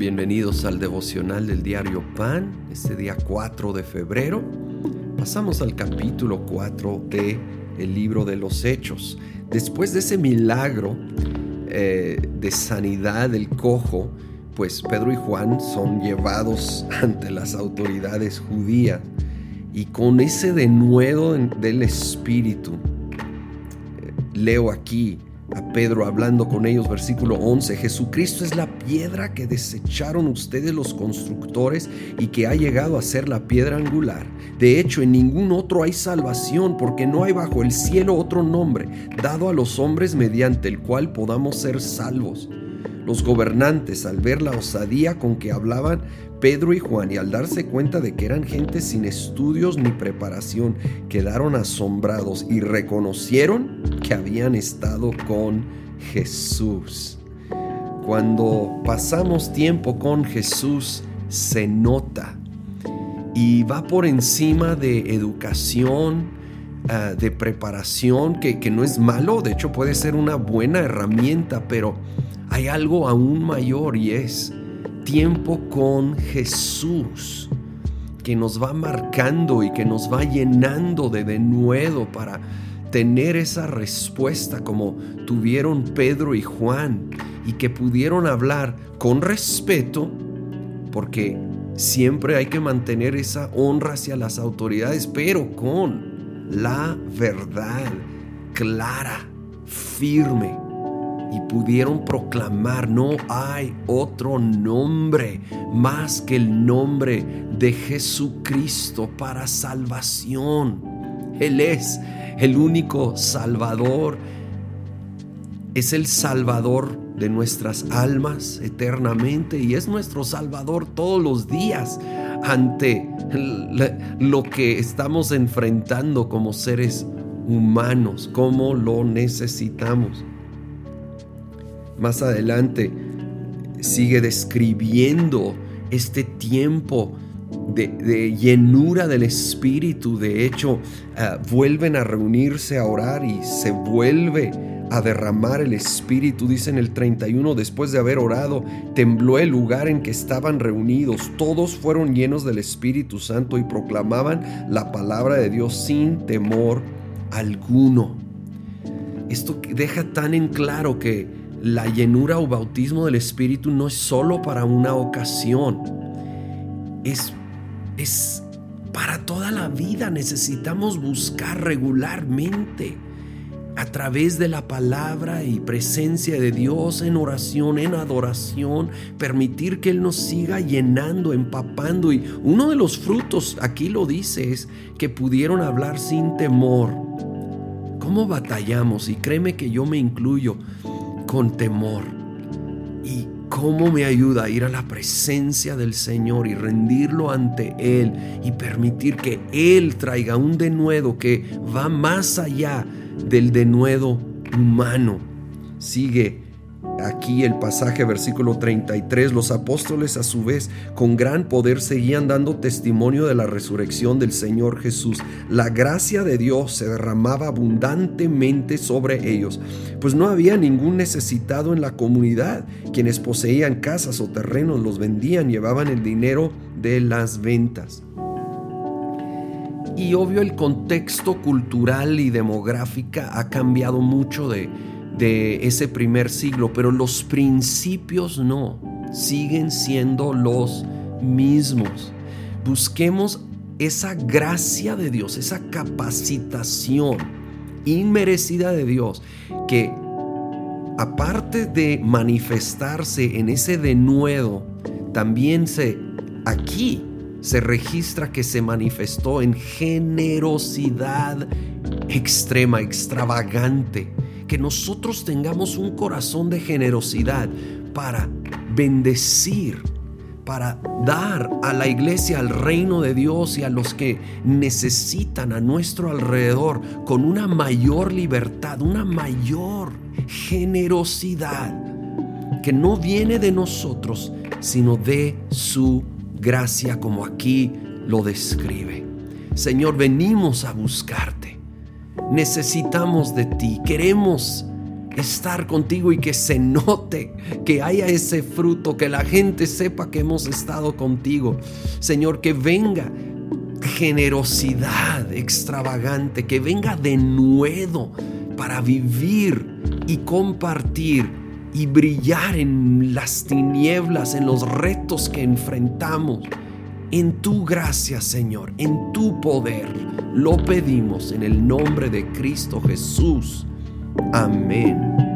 Bienvenidos al devocional del diario Pan, este día 4 de febrero. Pasamos al capítulo 4 del libro de los Hechos. Después de ese milagro de sanidad del cojo, pues Pedro y Juan son llevados ante las autoridades judías y con ese denuedo del Espíritu, leo aquí a Pedro hablando con ellos, versículo 11: Jesucristo es la piedra que desecharon ustedes los constructores y que ha llegado a ser la piedra angular. De hecho, en ningún otro hay salvación, porque no hay bajo el cielo otro nombre dado a los hombres mediante el cual podamos ser salvos. Los gobernantes, al ver la osadía con que hablaban Pedro y Juan y al darse cuenta de que eran gente sin estudios ni preparación, quedaron asombrados y reconocieron que habían estado con Jesús. Cuando pasamos tiempo con Jesús, se nota y va por encima de educación, de preparación, que no es malo, de hecho puede ser una buena herramienta, pero hay algo aún mayor y es tiempo con Jesús, que nos va marcando y que nos va llenando de denuedo para tener esa respuesta como tuvieron Pedro y Juan, y que pudieron hablar con respeto, porque siempre hay que mantener esa honra hacia las autoridades, pero con la verdad clara, firme. Y pudieron proclamar: no hay otro nombre más que el nombre de Jesucristo para salvación. Él es el único Salvador. Es el Salvador de nuestras almas eternamente y es nuestro Salvador todos los días ante lo que estamos enfrentando como seres humanos, como lo necesitamos. Más adelante sigue describiendo este tiempo de llenura del Espíritu. De hecho, vuelven a reunirse a orar y se vuelve a derramar el Espíritu. Dice en el 31: después de haber orado, tembló el lugar en que estaban reunidos. Todos fueron llenos del Espíritu Santo y proclamaban la palabra de Dios sin temor alguno. Esto deja tan en claro que la llenura o bautismo del Espíritu no es solo para una ocasión, es para toda la vida. Necesitamos buscar regularmente a través de la palabra y presencia de Dios, en oración, en adoración, permitir que Él nos siga llenando, empapando. Y uno de los frutos, aquí lo dice, es que pudieron hablar sin temor. ¿Cómo batallamos? Y créeme que yo me incluyo, con temor. Y cómo me ayuda a ir a la presencia del Señor y rendirlo ante Él y permitir que Él traiga un denuedo que va más allá del denuedo humano. Sigue aquí el pasaje, versículo 33: los apóstoles a su vez con gran poder seguían dando testimonio de la resurrección del Señor Jesús. La gracia de Dios se derramaba abundantemente sobre ellos, pues no había ningún necesitado en la comunidad. Quienes poseían casas o terrenos los vendían, llevaban el dinero de las ventas. Y obvio, el contexto cultural y demográfico ha cambiado mucho de ese primer siglo, pero los principios no, siguen siendo los mismos. Busquemos esa gracia de Dios, esa capacitación inmerecida de Dios, que aparte de manifestarse en ese denuedo, también aquí se registra que se manifestó en generosidad extrema, extravagante. Que nosotros tengamos un corazón de generosidad para bendecir, para dar a la iglesia, al reino de Dios y a los que necesitan a nuestro alrededor con una mayor libertad, una mayor generosidad que no viene de nosotros, sino de su gracia, como aquí lo describe. Señor, venimos a buscarte. Necesitamos de ti, queremos estar contigo y que se note, que haya ese fruto, que la gente sepa que hemos estado contigo. Señor, que venga generosidad extravagante, que venga denuedo para vivir y compartir y brillar en las tinieblas, en los retos que enfrentamos. En tu gracia, Señor, en tu poder, lo pedimos en el nombre de Cristo Jesús. Amén.